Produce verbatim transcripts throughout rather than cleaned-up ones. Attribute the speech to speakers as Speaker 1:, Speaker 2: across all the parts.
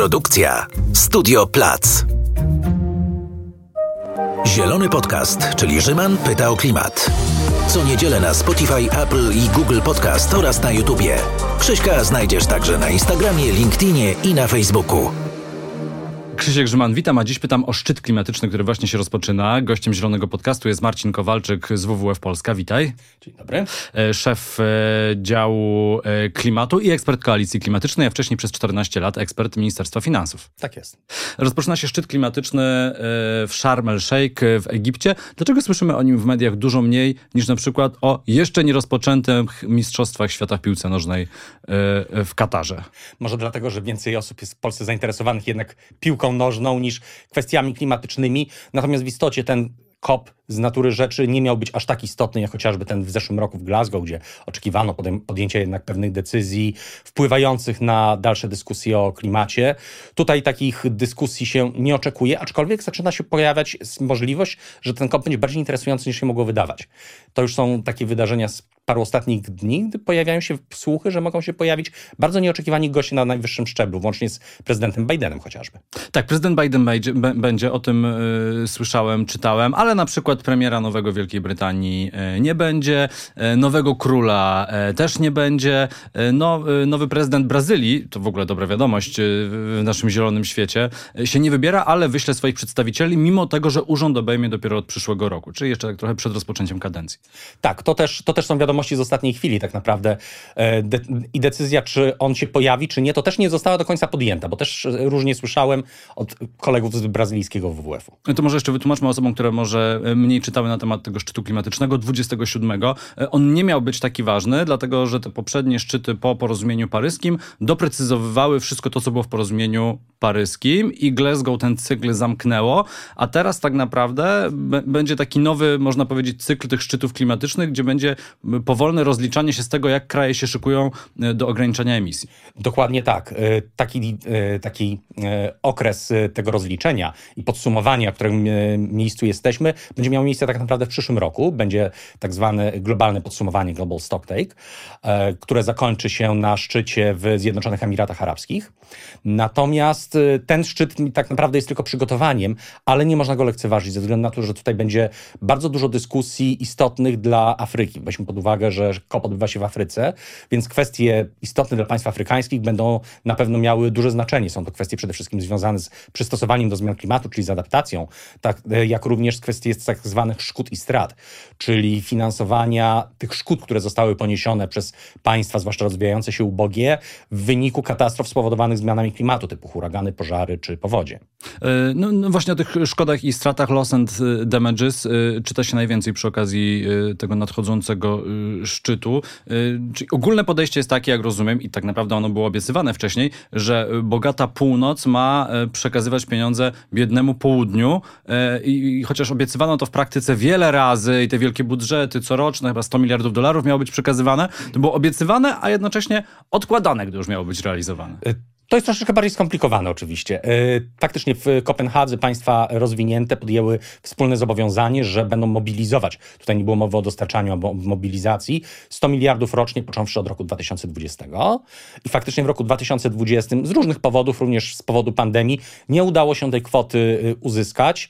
Speaker 1: Produkcja Studio Plac. Zielony Podcast, czyli Rzyman pyta o klimat. Co niedzielę na Spotify, Apple i Google Podcast oraz na YouTubie. Krzyśka znajdziesz także na Instagramie, LinkedInie i na Facebooku.
Speaker 2: Krzysiek Rzyman, witam, a dziś pytam o szczyt klimatyczny, który właśnie się rozpoczyna. Gościem Zielonego Podcastu jest Marcin Kowalczyk z W W F Polska. Witaj.
Speaker 3: Dzień dobry.
Speaker 2: Szef działu klimatu i ekspert Koalicji Klimatycznej, a wcześniej przez czternaście lat ekspert Ministerstwa Finansów.
Speaker 3: Tak jest.
Speaker 2: Rozpoczyna się szczyt klimatyczny w Sharm el-Sheikh w Egipcie. Dlaczego słyszymy o nim w mediach dużo mniej niż na przykład o jeszcze nie rozpoczętych Mistrzostwach Świata w piłce nożnej w Katarze?
Speaker 3: Może dlatego, że więcej osób jest w Polsce zainteresowanych jednak piłką nożną niż kwestiami klimatycznymi. Natomiast w istocie ten COP z natury rzeczy nie miał być aż tak istotny, jak chociażby ten w zeszłym roku w Glasgow, gdzie oczekiwano podjęcia jednak pewnych decyzji wpływających na dalsze dyskusje o klimacie. Tutaj takich dyskusji się nie oczekuje, aczkolwiek zaczyna się pojawiać możliwość, że ten COP będzie bardziej interesujący niż się mogło wydawać. To już są takie wydarzenia z paru ostatnich dni, gdy pojawiają się słuchy, że mogą się pojawić bardzo nieoczekiwani goście na najwyższym szczeblu, włącznie z prezydentem Bidenem chociażby.
Speaker 2: Tak, prezydent Biden będzie, będzie o tym y, słyszałem, czytałem, ale na przykład premiera nowego Wielkiej Brytanii y, nie będzie, y, nowego króla y, też nie będzie, y, no, y, nowy prezydent Brazylii, to w ogóle dobra wiadomość y, w naszym zielonym świecie, y, się nie wybiera, ale wyśle swoich przedstawicieli, mimo tego, że urząd obejmie dopiero od przyszłego roku, czyli jeszcze tak trochę przed rozpoczęciem kadencji.
Speaker 3: Tak, to też, to też są wiadomości z ostatniej chwili tak naprawdę de- i decyzja, czy on się pojawi, czy nie, to też nie została do końca podjęta, bo też różnie słyszałem od kolegów z brazylijskiego W W F-u.
Speaker 2: To może jeszcze wytłumaczmy osobom, które może mniej czytały na temat tego szczytu klimatycznego dwudziestego siódmego. On nie miał być taki ważny, dlatego że te poprzednie szczyty po porozumieniu paryskim doprecyzowywały wszystko to, co było w porozumieniu paryskim i Glasgow ten cykl zamknęło, a teraz tak naprawdę b- będzie taki nowy, można powiedzieć, cykl tych szczytów klimatycznych, gdzie będzie powolne rozliczanie się z tego, jak kraje się szykują do ograniczenia emisji.
Speaker 3: Dokładnie tak. Taki, taki okres tego rozliczenia i podsumowania, w którym miejscu jesteśmy, będzie miało miejsce tak naprawdę w przyszłym roku. Będzie tak zwane globalne podsumowanie, Global Stocktake, które zakończy się na szczycie w Zjednoczonych Emiratach Arabskich. Natomiast ten szczyt tak naprawdę jest tylko przygotowaniem, ale nie można go lekceważyć ze względu na to, że tutaj będzie bardzo dużo dyskusji istotnych dla Afryki. Weźmy pod uwagę, że COP odbywa się w Afryce, więc kwestie istotne dla państw afrykańskich będą na pewno miały duże znaczenie. Są to kwestie przede wszystkim związane z przystosowaniem do zmian klimatu, czyli z adaptacją, tak jak również kwestie tak zwanych szkód i strat, czyli finansowania tych szkód, które zostały poniesione przez państwa, zwłaszcza rozwijające się ubogie, w wyniku katastrof spowodowanych zmianami klimatu, typu huragany, pożary czy powodzie.
Speaker 2: No, no właśnie o tych szkodach i stratach, loss and damages, czyta się najwięcej przy okazji tego nadchodzącego szczytu. Czyli ogólne podejście jest takie, jak rozumiem, i tak naprawdę ono było obiecywane wcześniej, że bogata północ ma przekazywać pieniądze biednemu południu i, i chociaż obiecywano to w praktyce wiele razy i te wielkie budżety coroczne, chyba sto miliardów dolarów miało być przekazywane, to było obiecywane, a jednocześnie odkładane, gdy już miało być realizowane.
Speaker 3: To jest troszeczkę bardziej skomplikowane oczywiście. Faktycznie w Kopenhadze państwa rozwinięte podjęły wspólne zobowiązanie, że będą mobilizować, tutaj nie było mowy o dostarczaniu, albo mobilizacji, sto miliardów rocznie, począwszy od roku dwa tysiące dwudziestego. I faktycznie w roku dwa tysiące dwudziestym z różnych powodów, również z powodu pandemii, nie udało się tej kwoty uzyskać.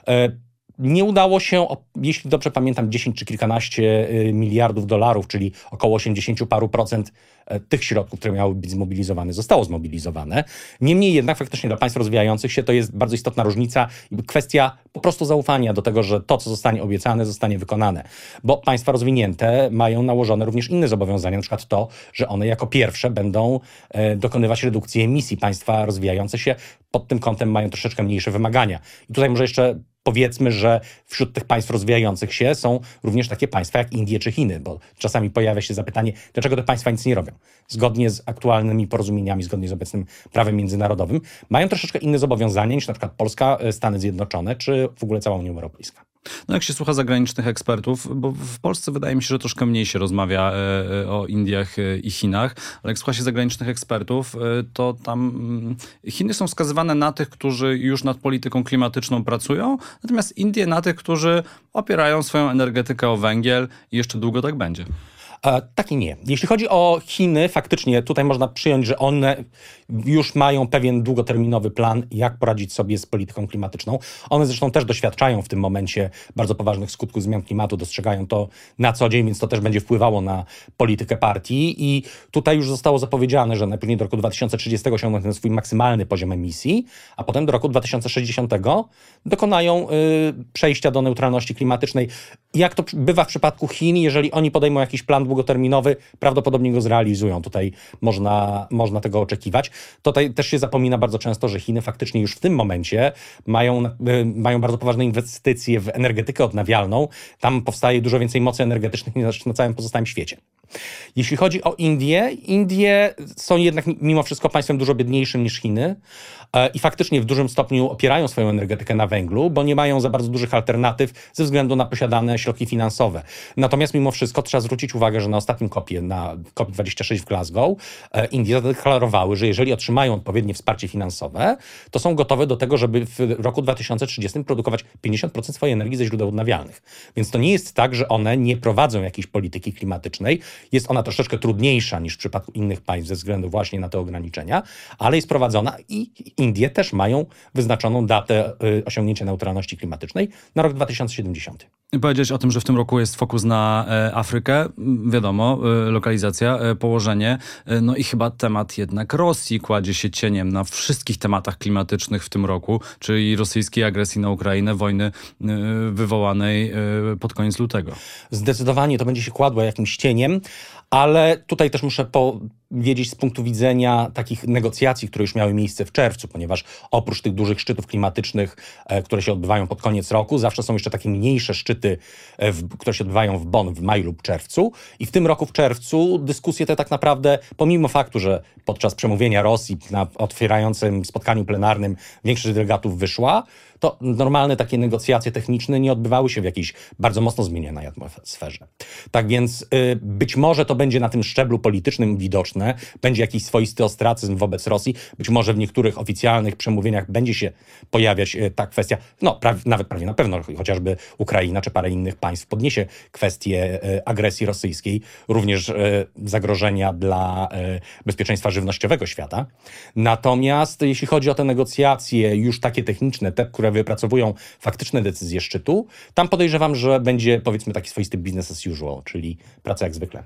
Speaker 3: Nie udało się, jeśli dobrze pamiętam, dziesięć czy kilkanaście miliardów dolarów, czyli około osiemdziesiąt paru procent tych środków, które miały być zmobilizowane, zostało zmobilizowane. Niemniej jednak faktycznie dla państw rozwijających się to jest bardzo istotna różnica i kwestia po prostu zaufania do tego, że to, co zostanie obiecane, zostanie wykonane. Bo państwa rozwinięte mają nałożone również inne zobowiązania, na przykład to, że one jako pierwsze będą e, dokonywać redukcji emisji. Państwa rozwijające się pod tym kątem mają troszeczkę mniejsze wymagania. I tutaj może jeszcze powiedzmy, że wśród tych państw rozwijających się są również takie państwa jak Indie czy Chiny, bo czasami pojawia się zapytanie, dlaczego te państwa nic nie robią. Zgodnie z aktualnymi porozumieniami, zgodnie z obecnym prawem międzynarodowym, mają troszeczkę inne zobowiązania niż na przykład Polska, Stany Zjednoczone, czy w ogóle cała Unia Europejska.
Speaker 2: No jak się słucha zagranicznych ekspertów, bo w Polsce wydaje mi się, że troszkę mniej się rozmawia e, o Indiach i Chinach, ale jak słucha się zagranicznych ekspertów, e, to tam mm, Chiny są wskazywane na tych, którzy już nad polityką klimatyczną pracują, natomiast Indie na tych, którzy opierają swoją energetykę o węgiel i jeszcze długo tak będzie.
Speaker 3: E, tak i nie. Jeśli chodzi o Chiny, faktycznie tutaj można przyjąć, że one już mają pewien długoterminowy plan, jak poradzić sobie z polityką klimatyczną. One zresztą też doświadczają w tym momencie bardzo poważnych skutków zmian klimatu, dostrzegają to na co dzień, więc to też będzie wpływało na politykę partii i tutaj już zostało zapowiedziane, że najpóźniej do roku dwa tysiące trzydziestego osiągną ten swój maksymalny poziom emisji, a potem do roku dwa tysiące sześćdziesiątego dokonają y, przejścia do neutralności klimatycznej. Jak to bywa w przypadku Chin, jeżeli oni podejmą jakiś plan długoterminowy, prawdopodobnie go zrealizują. Tutaj można, można tego oczekiwać. Tutaj też się zapomina bardzo często, że Chiny faktycznie już w tym momencie mają, y, mają bardzo poważne inwestycje w energetykę odnawialną. Tam powstaje dużo więcej mocy energetycznych niż na całym pozostałym świecie. Jeśli chodzi o Indię, Indie są jednak mimo wszystko państwem dużo biedniejszym niż Chiny e, i faktycznie w dużym stopniu opierają swoją energetykę na węglu, bo nie mają za bardzo dużych alternatyw ze względu na posiadane środki finansowe. Natomiast mimo wszystko trzeba zwrócić uwagę, że na ostatnim kopie, na kopie dwadzieścia sześć w Glasgow, e, Indie zadeklarowały, że jeżeli otrzymają odpowiednie wsparcie finansowe, to są gotowe do tego, żeby w roku dwa tysiące trzydziestym produkować pięćdziesiąt procent swojej energii ze źródeł odnawialnych. Więc to nie jest tak, że one nie prowadzą jakiejś polityki klimatycznej. Jest ona troszeczkę trudniejsza niż w przypadku innych państw ze względu właśnie na te ograniczenia, ale jest prowadzona i Indie też mają wyznaczoną datę y, osiągnięcia neutralności klimatycznej na rok dwa tysiące siedemdziesiąty.
Speaker 2: Powiedziałeś o tym, że w tym roku jest fokus na e, Afrykę. Wiadomo, e, lokalizacja, e, położenie. E, no i chyba temat jednak Rosji kładzie się cieniem na wszystkich tematach klimatycznych w tym roku, czyli rosyjskiej agresji na Ukrainę, wojny e, wywołanej e, pod koniec lutego.
Speaker 3: Zdecydowanie to będzie się kładło jakimś cieniem, ale tutaj też muszę powiedzieć z punktu widzenia takich negocjacji, które już miały miejsce w czerwcu, ponieważ oprócz tych dużych szczytów klimatycznych, e, które się odbywają pod koniec roku, zawsze są jeszcze takie mniejsze szczyty, e, w, które się odbywają w Bonn w maju lub czerwcu. I w tym roku w czerwcu dyskusje te tak naprawdę, pomimo faktu, że podczas przemówienia Rosji na otwierającym spotkaniu plenarnym większość delegatów wyszła, to normalne takie negocjacje techniczne nie odbywały się w jakiejś bardzo mocno zmienionej atmosferze. Tak więc y, być może to będzie na tym szczeblu politycznym widoczne, będzie jakiś swoisty ostracyzm wobec Rosji, być może w niektórych oficjalnych przemówieniach będzie się pojawiać y, ta kwestia, no prawie, nawet prawie na pewno, chociażby Ukraina czy parę innych państw podniesie kwestię y, agresji rosyjskiej, również y, zagrożenia dla y, bezpieczeństwa żywnościowego świata. Natomiast jeśli chodzi o te negocjacje już takie techniczne, te, które wypracowują faktyczne decyzje szczytu, tam podejrzewam, że będzie powiedzmy taki swoisty business as usual, czyli praca jak zwykle.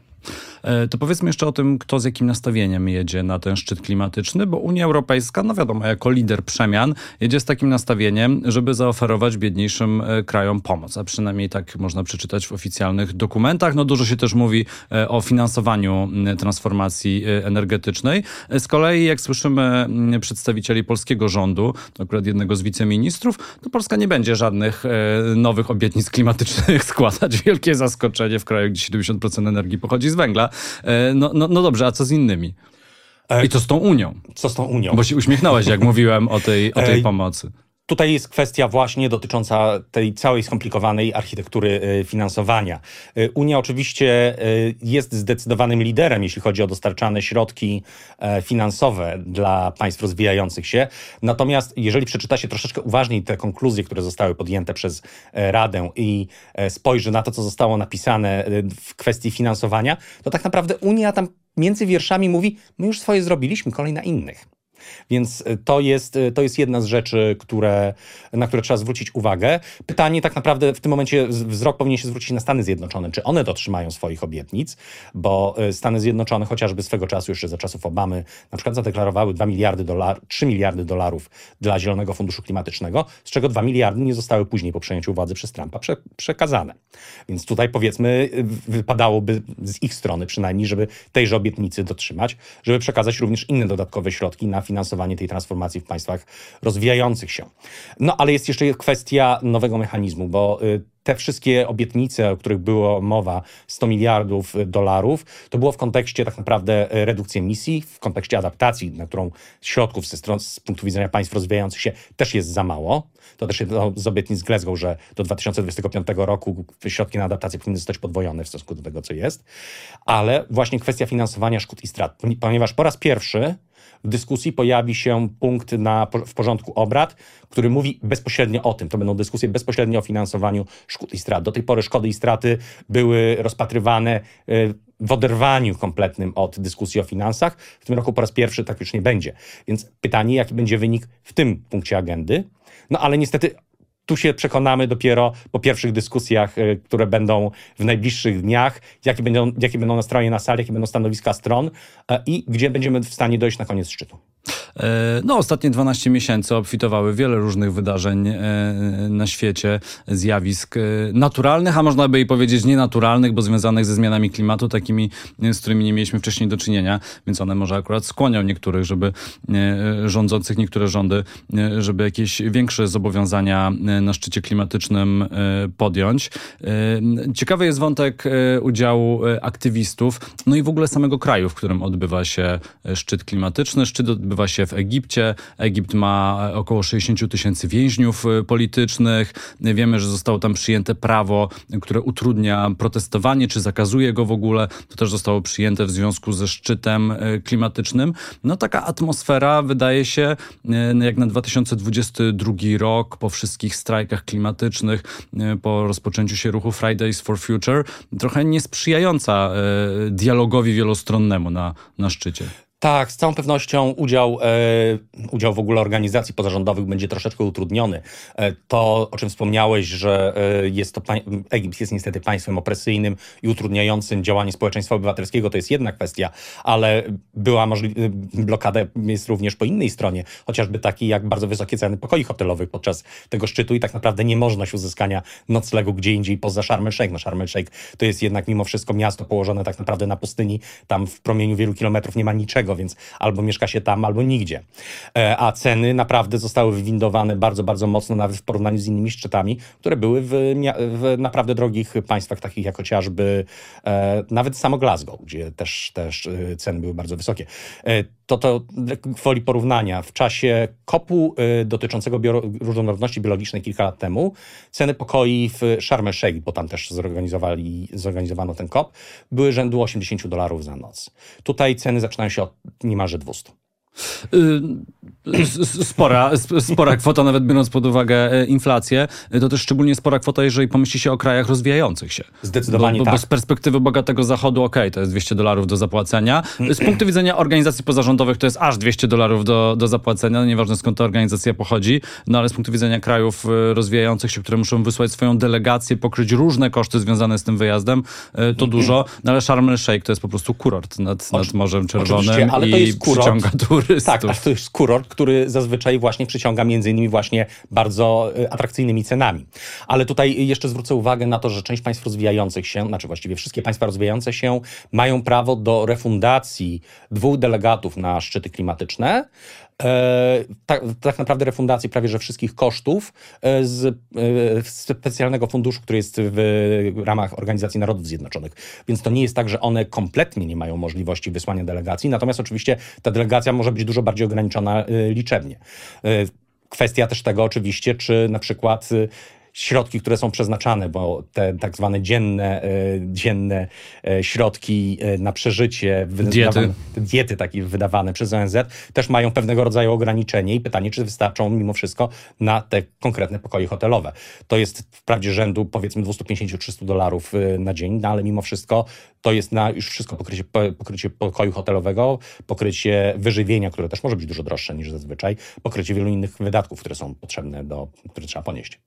Speaker 2: To powiedzmy jeszcze o tym, kto z jakim nastawieniem jedzie na ten szczyt klimatyczny, bo Unia Europejska, no wiadomo, jako lider przemian, jedzie z takim nastawieniem, żeby zaoferować biedniejszym krajom pomoc, a przynajmniej tak można przeczytać w oficjalnych dokumentach. No dużo się też mówi o finansowaniu transformacji energetycznej. Z kolei, jak słyszymy przedstawicieli polskiego rządu, akurat jednego z wiceministrów, to Polska nie będzie żadnych nowych obietnic klimatycznych składać. Wielkie zaskoczenie w kraju, gdzie siedemdziesiąt procent energii pochodzi z węgla. No, no, no dobrze, a co z innymi? I co z tą Unią?
Speaker 3: Co z tą Unią?
Speaker 2: Bo się uśmiechnąłeś, jak mówiłem o tej, o tej pomocy.
Speaker 3: Tutaj jest kwestia właśnie dotycząca tej całej skomplikowanej architektury finansowania. Unia oczywiście jest zdecydowanym liderem, jeśli chodzi o dostarczane środki finansowe dla państw rozwijających się. Natomiast jeżeli przeczyta się troszeczkę uważniej te konkluzje, które zostały podjęte przez Radę i spojrzy na to, co zostało napisane w kwestii finansowania, to tak naprawdę Unia tam między wierszami mówi, my już swoje zrobiliśmy, kolej na innych. Więc to jest, to jest jedna z rzeczy, które, na które trzeba zwrócić uwagę. Pytanie tak naprawdę w tym momencie wzrok powinien się zwrócić na Stany Zjednoczone. Czy one dotrzymają swoich obietnic? Bo Stany Zjednoczone chociażby swego czasu, jeszcze za czasów Obamy, na przykład zadeklarowały dwa miliardy dolarów, trzy miliardy dolarów dla Zielonego Funduszu Klimatycznego, z czego dwa miliardy nie zostały później po przejęciu władzy przez Trumpa prze, przekazane. Więc tutaj powiedzmy wypadałoby z ich strony przynajmniej, żeby tejże obietnicy dotrzymać, żeby przekazać również inne dodatkowe środki na finansowanie tej transformacji w państwach rozwijających się. No ale jest jeszcze kwestia nowego mechanizmu, bo y, te wszystkie obietnice, o których było mowa, sto miliardów dolarów, to było w kontekście tak naprawdę redukcji emisji, w kontekście adaptacji, na którą środków ze stron, z punktu widzenia państw rozwijających się też jest za mało. To też jedno z obietnic Glasgow, że do dwa tysiące dwudziestego piątego roku środki na adaptację powinny zostać podwojone w stosunku do tego, co jest. Ale właśnie kwestia finansowania szkód i strat, ponieważ po raz pierwszy w dyskusji pojawi się punkt na, w porządku obrad, który mówi bezpośrednio o tym. To będą dyskusje bezpośrednio o finansowaniu szkód i strat. Do tej pory szkody i straty były rozpatrywane w oderwaniu kompletnym od dyskusji o finansach. W tym roku po raz pierwszy tak już nie będzie. Więc pytanie, jaki będzie wynik w tym punkcie agendy. No ale niestety tu się przekonamy dopiero po pierwszych dyskusjach, y, które będą w najbliższych dniach, jakie będą, jakie będą nastroje na sali, jakie będą stanowiska stron y, i gdzie będziemy w stanie dojść na koniec szczytu.
Speaker 2: No, ostatnie dwanaście miesięcy obfitowały wiele różnych wydarzeń na świecie, zjawisk naturalnych, a można by i powiedzieć nienaturalnych, bo związanych ze zmianami klimatu, takimi, z którymi nie mieliśmy wcześniej do czynienia, więc one może akurat skłonią niektórych, żeby rządzących, niektóre rządy, żeby jakieś większe zobowiązania na szczycie klimatycznym podjąć. Ciekawy jest wątek udziału aktywistów, no i w ogóle samego kraju, w którym odbywa się szczyt klimatyczny. Szczyt odbywa się w Egipcie. Egipt ma około sześćdziesiąt tysięcy więźniów politycznych. Wiemy, że zostało tam przyjęte prawo, które utrudnia protestowanie, czy zakazuje go w ogóle. To też zostało przyjęte w związku ze szczytem klimatycznym. No taka atmosfera wydaje się, jak na dwa tysiące dwudziesty drugi rok, po wszystkich strajkach klimatycznych, po rozpoczęciu się ruchu Fridays for Future, trochę niesprzyjająca dialogowi wielostronnemu na, na szczycie.
Speaker 3: Tak, z całą pewnością udział, e, udział w ogóle organizacji pozarządowych będzie troszeczkę utrudniony. E, to, o czym wspomniałeś, że e, jest to pań- Egipt jest niestety państwem opresyjnym i utrudniającym działanie społeczeństwa obywatelskiego, to jest jedna kwestia, ale była możli- blokada jest również po innej stronie, chociażby taki jak bardzo wysokie ceny pokoi hotelowych podczas tego szczytu i tak naprawdę niemożność uzyskania noclegu gdzie indziej poza Sharm el-Sheikh. No Sharm el-Sheikh to jest jednak mimo wszystko miasto położone tak naprawdę na pustyni, tam w promieniu wielu kilometrów nie ma niczego, więc albo mieszka się tam, albo nigdzie. E, a ceny naprawdę zostały wywindowane bardzo, bardzo mocno, nawet w porównaniu z innymi szczytami, które były w, w naprawdę drogich państwach, takich jak chociażby e, nawet samo Glasgow, gdzie też, też ceny były bardzo wysokie. E, to to gwoli porównania. W czasie kopu e, dotyczącego bio- różnorodności biologicznej kilka lat temu, ceny pokoi w Sharm el-Sheikh, bo tam też zorganizowali, zorganizowano ten kop, były rzędu osiemdziesiąt dolarów za noc. Tutaj ceny zaczynają się od niemalże dwieście.
Speaker 2: Spora, spora kwota, nawet biorąc pod uwagę inflację. To też szczególnie spora kwota, jeżeli pomyśli się o krajach rozwijających się.
Speaker 3: Zdecydowanie
Speaker 2: bo, bo,
Speaker 3: tak.
Speaker 2: Bo z perspektywy bogatego zachodu, okej, okay, to jest dwieście dolarów do zapłacenia. Z punktu widzenia organizacji pozarządowych to jest aż dwieście dolarów do, do zapłacenia. No nieważne skąd ta organizacja pochodzi, no ale z punktu widzenia krajów rozwijających się, które muszą wysłać swoją delegację, pokryć różne koszty związane z tym wyjazdem, to dużo. No ale Sharm el-Sheikh to jest po prostu kurort nad, nad Morzem Czerwonym
Speaker 3: ale to jest
Speaker 2: i przyciąga turystów.
Speaker 3: Tak, a to jest kurort, który zazwyczaj właśnie przyciąga między innymi właśnie bardzo atrakcyjnymi cenami. Ale tutaj jeszcze zwrócę uwagę na to, że część państw rozwijających się, znaczy właściwie wszystkie państwa rozwijające się mają prawo do refundacji dwóch delegatów na szczyty klimatyczne. E, tak, tak naprawdę refundacji prawie że wszystkich kosztów e, z e, specjalnego funduszu, który jest w ramach Organizacji Narodów Zjednoczonych. Więc to nie jest tak, że one kompletnie nie mają możliwości wysłania delegacji, natomiast oczywiście ta delegacja może być dużo bardziej ograniczona e, liczebnie. E, kwestia też tego oczywiście, czy na przykład e, środki, które są przeznaczane, bo te tak zwane dzienne, e, dzienne e, środki e, na przeżycie,
Speaker 2: diety.
Speaker 3: diety takie wydawane przez O N Z też mają pewnego rodzaju ograniczenie i pytanie, czy wystarczą mimo wszystko na te konkretne pokoje hotelowe. To jest wprawdzie rzędu powiedzmy dwieście pięćdziesiąt do trzystu dolarów e, na dzień, no ale mimo wszystko to jest na już wszystko pokrycie, pokrycie pokoju hotelowego, pokrycie wyżywienia, które też może być dużo droższe niż zazwyczaj, pokrycie wielu innych wydatków, które są potrzebne, do, które trzeba ponieść.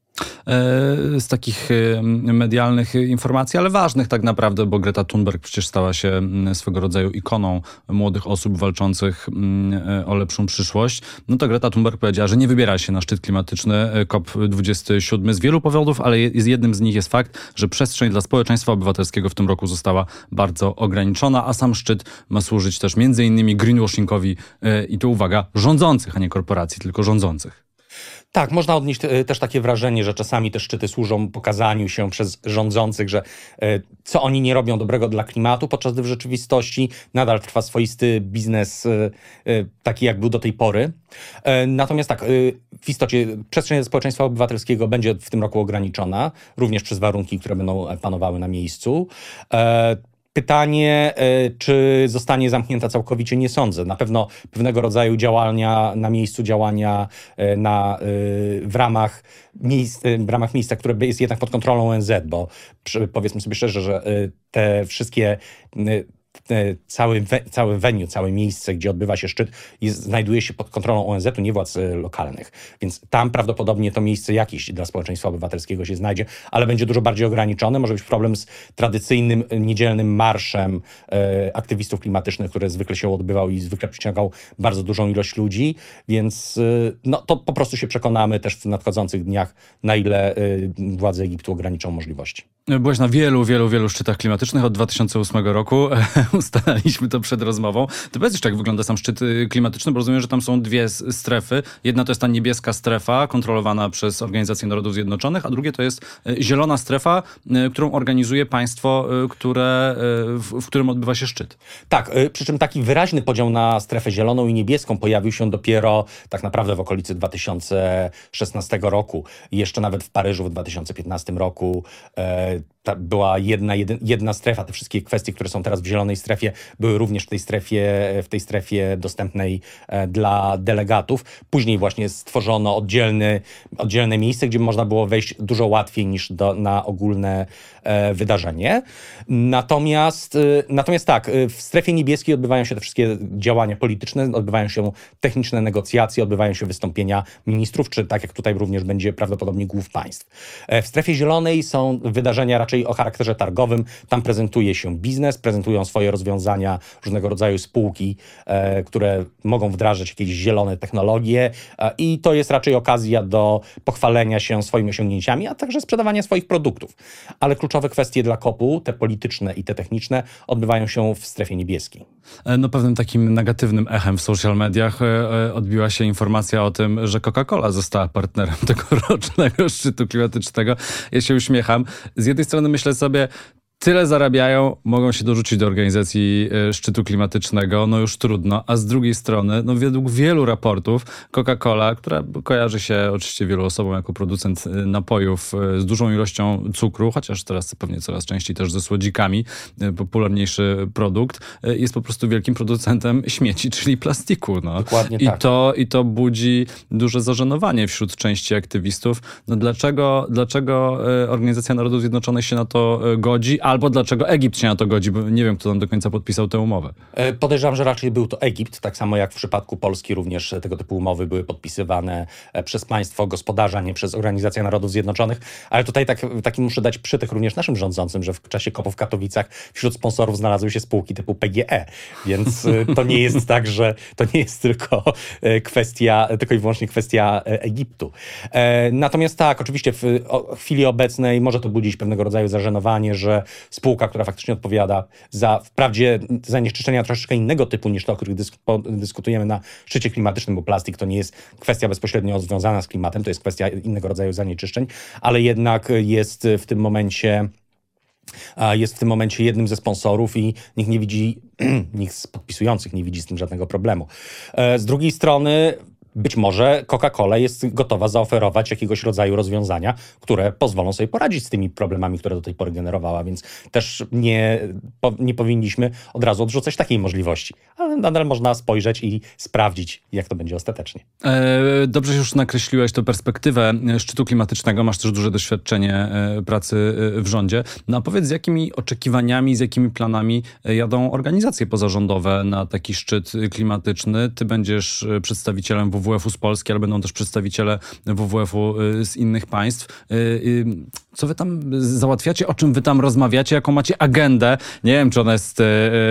Speaker 2: Z takich medialnych informacji, ale ważnych tak naprawdę, bo Greta Thunberg przecież stała się swego rodzaju ikoną młodych osób walczących o lepszą przyszłość. No to Greta Thunberg powiedziała, że nie wybiera się na szczyt klimatyczny kop dwudziesty siódmy z wielu powodów, ale jednym z nich jest fakt, że przestrzeń dla społeczeństwa obywatelskiego w tym roku została bardzo ograniczona, a sam szczyt ma służyć też między innymi greenwashingowi i tu uwaga, rządzących, a nie korporacji, tylko rządzących.
Speaker 3: Tak, można odnieść też takie wrażenie, że czasami te szczyty służą pokazaniu się przez rządzących, że e, co oni nie robią dobrego dla klimatu, podczas gdy w rzeczywistości nadal trwa swoisty biznes e, e, taki, jak był do tej pory. E, natomiast tak, e, w istocie przestrzeń społeczeństwa obywatelskiego będzie w tym roku ograniczona, również przez warunki, które będą panowały na miejscu. E, Pytanie, y, czy zostanie zamknięta całkowicie, nie sądzę. Na pewno pewnego rodzaju działania na miejscu, działania y, na, y, w ramach miejsc, y, w ramach miejsca, które jest jednak pod kontrolą O N Z, bo przy, powiedzmy sobie szczerze, że y, te wszystkie y, Cały, we, cały venue, całe miejsce, gdzie odbywa się szczyt, jest, znajduje się pod kontrolą O N Z-u, nie władz y, lokalnych. Więc tam prawdopodobnie to miejsce jakieś dla społeczeństwa obywatelskiego się znajdzie, ale będzie dużo bardziej ograniczone. Może być problem z tradycyjnym, niedzielnym marszem y, aktywistów klimatycznych, który zwykle się odbywał i zwykle przyciągał bardzo dużą ilość ludzi. Więc y, no, to po prostu się przekonamy też w nadchodzących dniach, na ile y, władze Egiptu ograniczą możliwości.
Speaker 2: Byłeś na wielu, wielu, wielu szczytach klimatycznych od dwa tysiące ósmego roku. Ustalaliśmy to przed rozmową. To powiedz jeszcze, jak wygląda sam szczyt klimatyczny, bo rozumiem, że tam są dwie strefy. Jedna to jest ta niebieska strefa kontrolowana przez Organizację Narodów Zjednoczonych, a drugie to jest zielona strefa, którą organizuje państwo, które, w, w którym odbywa się szczyt.
Speaker 3: Tak, przy czym taki wyraźny podział na strefę zieloną i niebieską pojawił się dopiero tak naprawdę w okolicy dwa tysiące szesnastego roku. Jeszcze nawet w Paryżu w dwa tysiące piętnastym roku e, ta była jedna, jedna, jedna strefa. Te wszystkie kwestie, które są teraz w zielonej strefie, były również w tej strefie, w tej strefie dostępnej e, dla delegatów. Później właśnie stworzono oddzielny, oddzielne miejsce, gdzie można było wejść dużo łatwiej niż do, na ogólne e, wydarzenie. Natomiast, e, natomiast tak, w strefie niebieskiej odbywają się te wszystkie działania polityczne, odbywają się techniczne negocjacje, odbywają się wystąpienia ministrów, czy tak jak tutaj również będzie prawdopodobnie głów państw. E, w strefie zielonej są wydarzenia raczej o charakterze targowym. Tam prezentuje się biznes, prezentują swoje rozwiązania różnego rodzaju spółki, e, które mogą wdrażać jakieś zielone technologie e, i to jest raczej okazja do pochwalenia się swoimi osiągnięciami, a także sprzedawania swoich produktów. Ale kluczowe kwestie dla kopu, te polityczne i te techniczne, odbywają się w strefie niebieskiej.
Speaker 2: No pewnym takim negatywnym echem w social mediach e, odbiła się informacja o tym, że Coca-Cola została partnerem tegorocznego szczytu klimatycznego. Ja się uśmiecham. Z jednej strony myślę sobie, tyle zarabiają, mogą się dorzucić do organizacji e, szczytu klimatycznego, no już trudno, a z drugiej strony, no według wielu raportów Coca-Cola, która kojarzy się oczywiście wielu osobom jako producent e, napojów e, z dużą ilością cukru, chociaż teraz pewnie coraz częściej też ze słodzikami, e, popularniejszy produkt, e, jest po prostu wielkim producentem śmieci, czyli plastiku. No.
Speaker 3: Dokładnie
Speaker 2: I
Speaker 3: tak.
Speaker 2: to, I to budzi duże zażenowanie wśród części aktywistów. No dlaczego, dlaczego e, Organizacja Narodów Zjednoczonych się na to e, godzi? Albo dlaczego Egipt się na to godzi, bo nie wiem, kto tam do końca podpisał tę umowę.
Speaker 3: Podejrzewam, że raczej był to Egipt, tak samo jak w przypadku Polski również tego typu umowy były podpisywane przez państwo gospodarza, nie przez Organizację Narodów Zjednoczonych, ale tutaj tak, taki muszę dać przytyk również naszym rządzącym, że w czasie kopu w Katowicach wśród sponsorów znalazły się spółki typu P G E, więc to nie jest tak, że to nie jest tylko kwestia, tylko i wyłącznie kwestia Egiptu. Natomiast tak, oczywiście w chwili obecnej może to budzić pewnego rodzaju zażenowanie, że spółka, która faktycznie odpowiada za, wprawdzie zanieczyszczenia troszeczkę innego typu niż to, o których dysk- dyskutujemy na szczycie klimatycznym, bo plastik to nie jest kwestia bezpośrednio związana z klimatem, to jest kwestia innego rodzaju zanieczyszczeń, ale jednak jest w tym momencie jest w tym momencie jednym ze sponsorów i nikt nie widzi, nikt z podpisujących nie widzi z tym żadnego problemu. Z drugiej strony być może Coca-Cola jest gotowa zaoferować jakiegoś rodzaju rozwiązania, które pozwolą sobie poradzić z tymi problemami, które do tej pory generowała, więc też nie, po, nie powinniśmy od razu odrzucać takiej możliwości. Ale nadal można spojrzeć i sprawdzić, jak to będzie ostatecznie.
Speaker 2: E, dobrze już nakreśliłeś tę perspektywę szczytu klimatycznego, masz też duże doświadczenie e, pracy w rządzie. No a powiedz, z jakimi oczekiwaniami, z jakimi planami jadą organizacje pozarządowe na taki szczyt klimatyczny? Ty będziesz przedstawicielem W W F u z Polski, ale będą też przedstawiciele W W F u z innych państw. Co wy tam załatwiacie? O czym wy tam rozmawiacie? Jaką macie agendę? Nie wiem, czy ona jest e,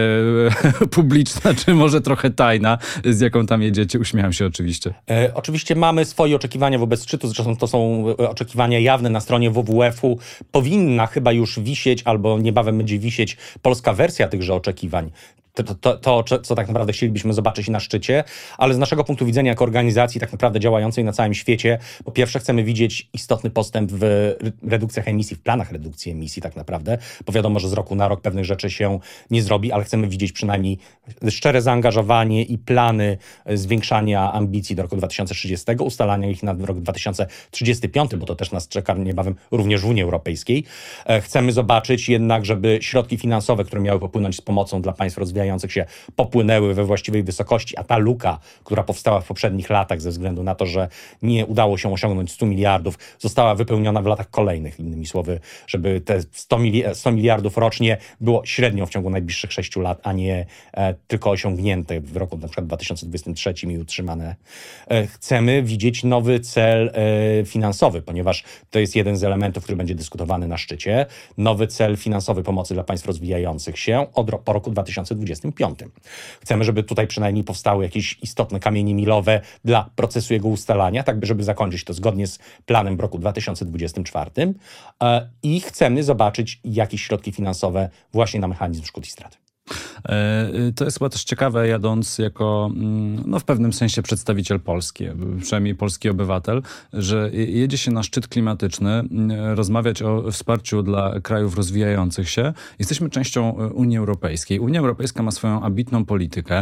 Speaker 2: e, publiczna, czy może trochę tajna, z jaką tam jedziecie. Uśmiecham się oczywiście.
Speaker 3: E, oczywiście mamy swoje oczekiwania wobec szczytu, zresztą to są oczekiwania jawne na stronie W W F u. Powinna chyba już wisieć, albo niebawem będzie wisieć polska wersja tychże oczekiwań. to, to, to, co tak naprawdę chcielibyśmy zobaczyć na szczycie, ale z naszego punktu widzenia jako organizacji tak naprawdę działającej na całym świecie, po pierwsze chcemy widzieć istotny postęp w redukcjach emisji, w planach redukcji emisji tak naprawdę, bo wiadomo, że z roku na rok pewnych rzeczy się nie zrobi, ale chcemy widzieć przynajmniej szczere zaangażowanie i plany zwiększania ambicji do roku dwa tysiące trzydziestego, ustalania ich na rok dwa tysiące trzydziesty piąty, bo to też nas czeka niebawem również w Unii Europejskiej. Chcemy zobaczyć jednak, żeby środki finansowe, które miały popłynąć z pomocą dla państw rozwijających się, popłynęły we właściwej wysokości, a ta luka, która powstała w poprzednich latach ze względu na to, że nie udało się osiągnąć stu miliardów, została wypełniona w latach kolejnych. Innymi słowy, żeby te sto miliardów rocznie było średnią w ciągu najbliższych sześciu lat, a nie e, tylko osiągnięte w roku na przykład dwa tysiące dwudziestym trzecim i utrzymane. E, chcemy widzieć nowy cel e, finansowy, ponieważ to jest jeden z elementów, który będzie dyskutowany na szczycie. Nowy cel finansowy pomocy dla państw rozwijających się od, po roku dwa tysiące dwudziestym piątym. Chcemy, żeby tutaj przynajmniej powstały jakieś istotne kamienie milowe dla procesu jego ustalania, tak żeby zakończyć to zgodnie z planem w roku dwa tysiące dwudziestym czwartym. E, I chcemy zobaczyć jakieś środki finansowe właśnie na mechanizm szkód i strat.
Speaker 2: To jest chyba też ciekawe, jadąc jako, no w pewnym sensie przedstawiciel Polski, przynajmniej polski obywatel, że jedzie się na szczyt klimatyczny, rozmawiać o wsparciu dla krajów rozwijających się. Jesteśmy częścią Unii Europejskiej. Unia Europejska ma swoją ambitną politykę.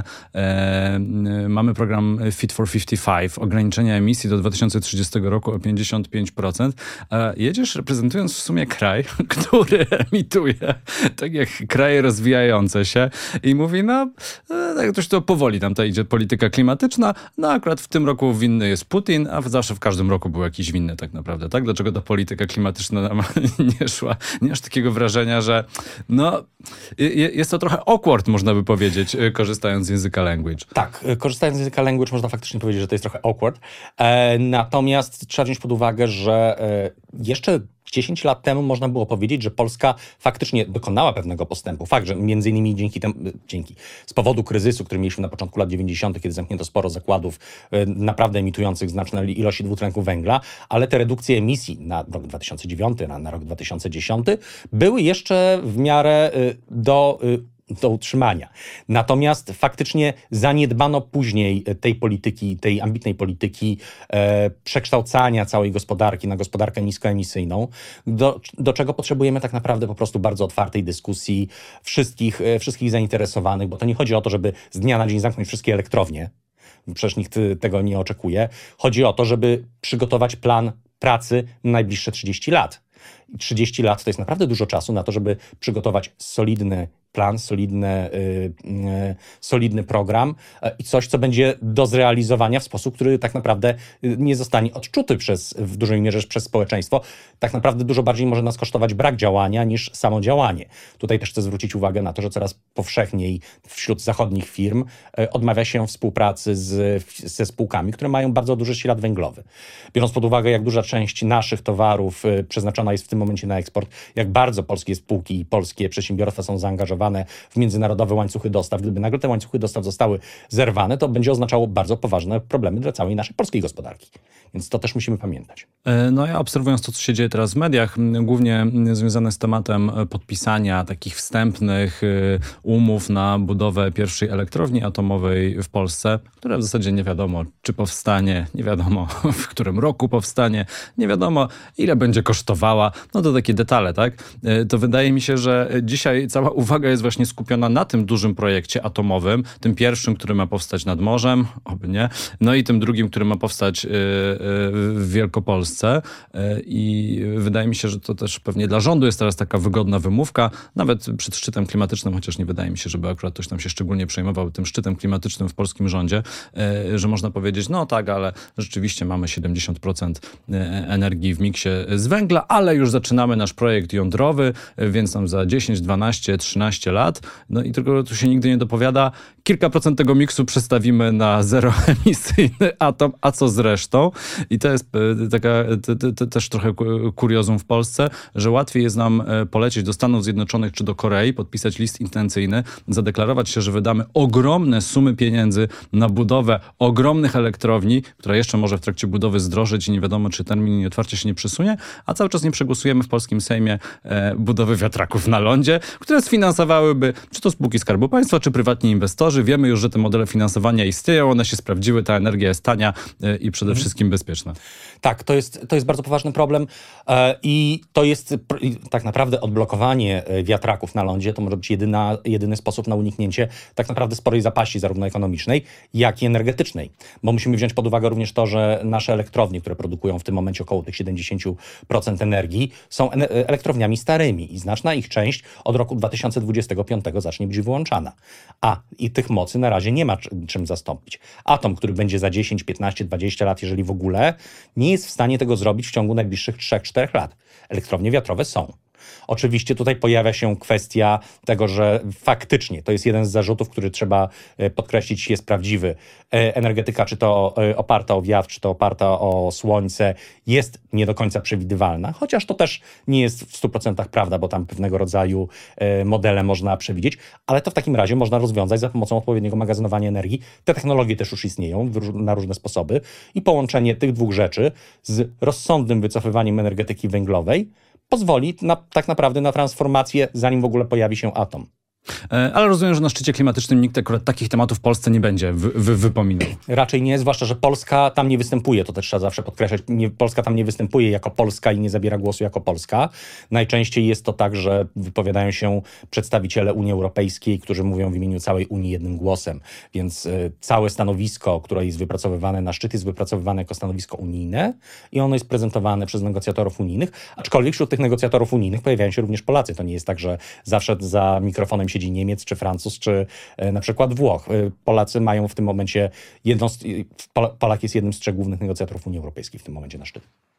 Speaker 2: Mamy program Fit for pięćdziesiąt pięć, ograniczenia emisji do dwa tysiące trzydziestego roku o pięćdziesiąt pięć procent. A jedziesz reprezentując w sumie kraj, który emituje, tak jak kraje rozwijające się, i mówi, no, tak już to powoli tam ta idzie polityka klimatyczna, no akurat w tym roku winny jest Putin, a zawsze w każdym roku był jakiś winny tak naprawdę, tak? Dlaczego ta polityka klimatyczna nam nie szła? Nie masz takiego wrażenia, że no, jest to trochę awkward, można by powiedzieć, korzystając z języka language.
Speaker 3: Tak, korzystając z języka language można faktycznie powiedzieć, że to jest trochę awkward, e, natomiast trzeba wziąć pod uwagę, że e, jeszcze dziesięć lat temu można było powiedzieć, że Polska faktycznie dokonała pewnego postępu. Fakt, że między innymi dzięki temu, dzięki, z powodu kryzysu, który mieliśmy na początku lat dziewięćdziesiątych, kiedy zamknięto sporo zakładów y, naprawdę emitujących znaczne ilości dwutlenku węgla, ale te redukcje emisji na rok dwa tysiące dziewiąty, na, na rok dwa tysiące dziesiąty były jeszcze w miarę y, do... Y, do utrzymania. Natomiast faktycznie zaniedbano później tej polityki, tej ambitnej polityki e, przekształcania całej gospodarki na gospodarkę niskoemisyjną, do, do czego potrzebujemy tak naprawdę po prostu bardzo otwartej dyskusji wszystkich, e, wszystkich zainteresowanych, bo to nie chodzi o to, żeby z dnia na dzień zamknąć wszystkie elektrownie, przecież nikt tego nie oczekuje. Chodzi o to, żeby przygotować plan pracy na najbliższe trzydzieści lat. I trzydzieści lat to jest naprawdę dużo czasu na to, żeby przygotować solidny plan, solidny, yy, yy, solidny program yy, i coś, co będzie do zrealizowania w sposób, który tak naprawdę yy, nie zostanie odczuty przez, w dużej mierze przez społeczeństwo. Tak naprawdę dużo bardziej może nas kosztować brak działania niż samo działanie. Tutaj też chcę zwrócić uwagę na to, że coraz powszechniej wśród zachodnich firm yy, odmawia się współpracy z, ze spółkami, które mają bardzo duży ślad węglowy. Biorąc pod uwagę, jak duża część naszych towarów yy, przeznaczona jest w tym momencie na eksport, jak bardzo polskie spółki i polskie przedsiębiorstwa są zaangażowane w międzynarodowe łańcuchy dostaw. Gdyby nagle te łańcuchy dostaw zostały zerwane, to będzie oznaczało bardzo poważne problemy dla całej naszej polskiej gospodarki. Więc to też musimy pamiętać.
Speaker 2: No ja obserwując to, co się dzieje teraz w mediach, głównie związane z tematem podpisania takich wstępnych umów na budowę pierwszej elektrowni atomowej w Polsce, która w zasadzie nie wiadomo, czy powstanie, nie wiadomo w którym roku powstanie, nie wiadomo ile będzie kosztowała, no to takie detale, tak? To wydaje mi się, że dzisiaj cała uwaga jest właśnie skupiona na tym dużym projekcie atomowym, tym pierwszym, który ma powstać nad morzem, oby nie, no i tym drugim, który ma powstać w Wielkopolsce i wydaje mi się, że to też pewnie dla rządu jest teraz taka wygodna wymówka, nawet przed szczytem klimatycznym, chociaż nie wydaje mi się, żeby akurat ktoś tam się szczególnie przejmował tym szczytem klimatycznym w polskim rządzie, że można powiedzieć, no tak, ale rzeczywiście mamy siedemdziesiąt procent energii w miksie z węgla, ale już zaczynamy nasz projekt jądrowy, więc tam za dziesięć, dwanaście, trzynaście lat, no i tylko tu się nigdy nie dopowiada, kilka procent tego miksu przestawimy na zeroemisyjny atom, a co z resztą? I to jest taka te, te, te, też trochę kuriozum w Polsce, że łatwiej jest nam polecieć do Stanów Zjednoczonych czy do Korei, podpisać list intencyjny, zadeklarować się, że wydamy ogromne sumy pieniędzy na budowę ogromnych elektrowni, która jeszcze może w trakcie budowy zdrożeć i nie wiadomo, czy termin otwarcia się nie przesunie, a cały czas nie przegłosujemy głosujemy w polskim Sejmie e, budowy wiatraków na lądzie, które sfinansowałyby czy to spółki Skarbu Państwa, czy prywatni inwestorzy. Wiemy już, że te modele finansowania istnieją, one się sprawdziły, ta energia jest tania e, i przede mhm. wszystkim bezpieczna.
Speaker 3: Tak, to jest, to jest bardzo poważny problem e, i to jest pr- tak naprawdę odblokowanie wiatraków na lądzie, to może być jedyna, jedyny sposób na uniknięcie tak naprawdę sporej zapaści zarówno ekonomicznej, jak i energetycznej. Bo musimy wziąć pod uwagę również to, że nasze elektrownie, które produkują w tym momencie około tych siedemdziesiąt procent energii, są en- elektrowniami starymi i znaczna ich część od roku dwa tysiące dwudziestego piątego zacznie być wyłączana. A i tych mocy na razie nie ma czym zastąpić. Atom, który będzie za dziesięć, piętnaście, dwadzieścia lat, jeżeli w ogóle, nie jest w stanie tego zrobić w ciągu najbliższych trzech czterech lat. Elektrownie wiatrowe są. Oczywiście tutaj pojawia się kwestia tego, że faktycznie to jest jeden z zarzutów, który trzeba podkreślić, jest prawdziwy. Energetyka, czy to oparta o wiatr, czy to oparta o słońce, jest nie do końca przewidywalna, chociaż to też nie jest w stu procentach prawda, bo tam pewnego rodzaju modele można przewidzieć, ale to w takim razie można rozwiązać za pomocą odpowiedniego magazynowania energii. Te technologie też już istnieją na różne sposoby i połączenie tych dwóch rzeczy z rozsądnym wycofywaniem energetyki węglowej pozwoli na, tak naprawdę na transformację, zanim w ogóle pojawi się atom.
Speaker 2: Ale rozumiem, że na szczycie klimatycznym nikt akurat takich tematów w Polsce nie będzie wy, wy, wypominał.
Speaker 3: Raczej nie, zwłaszcza, że Polska tam nie występuje, to też trzeba zawsze podkreślać. Nie, Polska tam nie występuje jako Polska i nie zabiera głosu jako Polska. Najczęściej jest to tak, że wypowiadają się przedstawiciele Unii Europejskiej, którzy mówią w imieniu całej Unii jednym głosem. Więc y, całe stanowisko, które jest wypracowywane na szczyt, jest wypracowywane jako stanowisko unijne i ono jest prezentowane przez negocjatorów unijnych, aczkolwiek wśród tych negocjatorów unijnych pojawiają się również Polacy. To nie jest tak, że zawsze za mikrofonem siedzi Niemiec, czy Francuz, czy e, na przykład Włoch. E, Polacy mają w tym momencie, jedną z, Polak jest jednym z trzech głównych negocjatorów Unii Europejskiej w tym momencie na szczyt.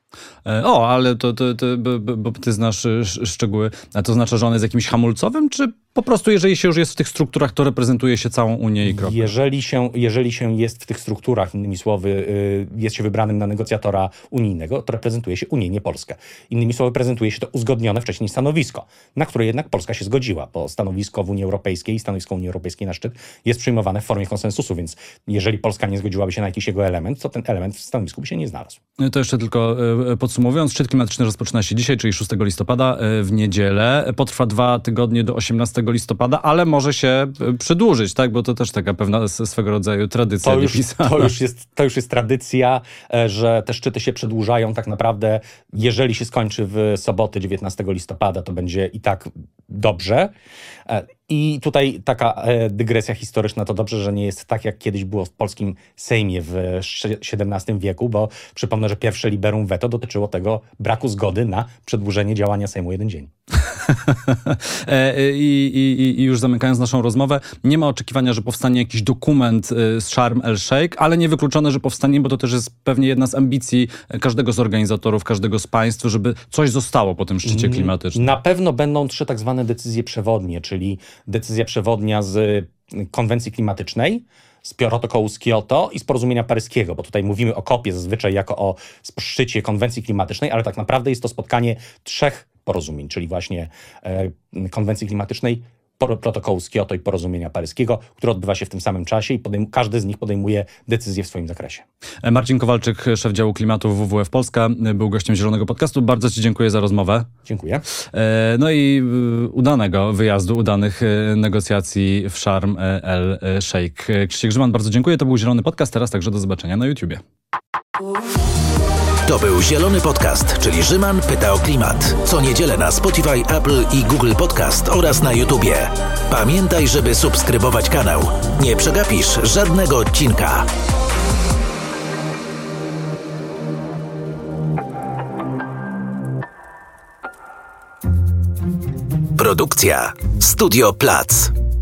Speaker 2: O, ale to, to, to bo, bo ty znasz szczegóły. A to znaczy, że on jest jakimś hamulcowym, czy po prostu jeżeli się już jest w tych strukturach, to reprezentuje się całą Unię i kropka?
Speaker 3: Jeżeli się, jeżeli się jest w tych strukturach, innymi słowy, jest się wybranym na negocjatora unijnego, to reprezentuje się Unię, nie Polskę. Innymi słowy, prezentuje się to uzgodnione wcześniej stanowisko, na które jednak Polska się zgodziła, bo stanowisko w Unii Europejskiej i stanowisko Unii Europejskiej na szczyt jest przyjmowane w formie konsensusu, więc jeżeli Polska nie zgodziłaby się na jakiś jego element, to ten element w stanowisku by się nie znalazł.
Speaker 2: To jeszcze tylko podsumowując, szczyt klimatyczny rozpoczyna się dzisiaj, czyli szóstego listopada w niedzielę. Potrwa dwa tygodnie do osiemnastego listopada, ale może się przedłużyć, tak? Bo to też taka pewna swego rodzaju tradycja.
Speaker 3: To już, to już, jest, to już jest tradycja, że te szczyty się przedłużają. Tak naprawdę, jeżeli się skończy w sobotę dziewiętnastego listopada, to będzie i tak dobrze. I tutaj taka dygresja historyczna, to dobrze, że nie jest tak, jak kiedyś było w polskim Sejmie w siedemnastym wieku, bo przypomnę, że pierwsze liberum veto dotyczyło tego braku zgody na przedłużenie działania Sejmu jeden dzień.
Speaker 2: I, i, I już zamykając naszą rozmowę, nie ma oczekiwania, że powstanie jakiś dokument z Sharm el-Sheikh, ale niewykluczone, że powstanie, bo to też jest pewnie jedna z ambicji każdego z organizatorów, każdego z państw, żeby coś zostało po tym szczycie klimatycznym.
Speaker 3: Na pewno będą trzy tak zwane decyzje przewodnie, czyli decyzja przewodnia z konwencji klimatycznej, z protokołu z Kioto i z porozumienia paryskiego, bo tutaj mówimy o kopie zazwyczaj jako o szczycie konwencji klimatycznej, ale tak naprawdę jest to spotkanie trzech porozumień, czyli właśnie e, konwencji klimatycznej, protokołu z Kioto i porozumienia paryskiego, które odbywa się w tym samym czasie i podejm- każdy z nich podejmuje decyzję w swoim zakresie.
Speaker 2: Marcin Kowalczyk, szef działu klimatu w W W F Polska, był gościem Zielonego Podcastu. Bardzo ci dziękuję za rozmowę.
Speaker 3: Dziękuję.
Speaker 2: No i udanego wyjazdu, udanych negocjacji w Sharm el-Sheikh. Krzysiek Grzyman, bardzo dziękuję. To był Zielony Podcast. Teraz także do zobaczenia na YouTubie.
Speaker 1: To był Zielony Podcast, czyli Grzyman pyta o klimat. Co niedzielę na Spotify, Apple i Google Podcast oraz na YouTubie. Pamiętaj, żeby subskrybować kanał. Nie przegapisz żadnego odcinka. Produkcja Studio Plac.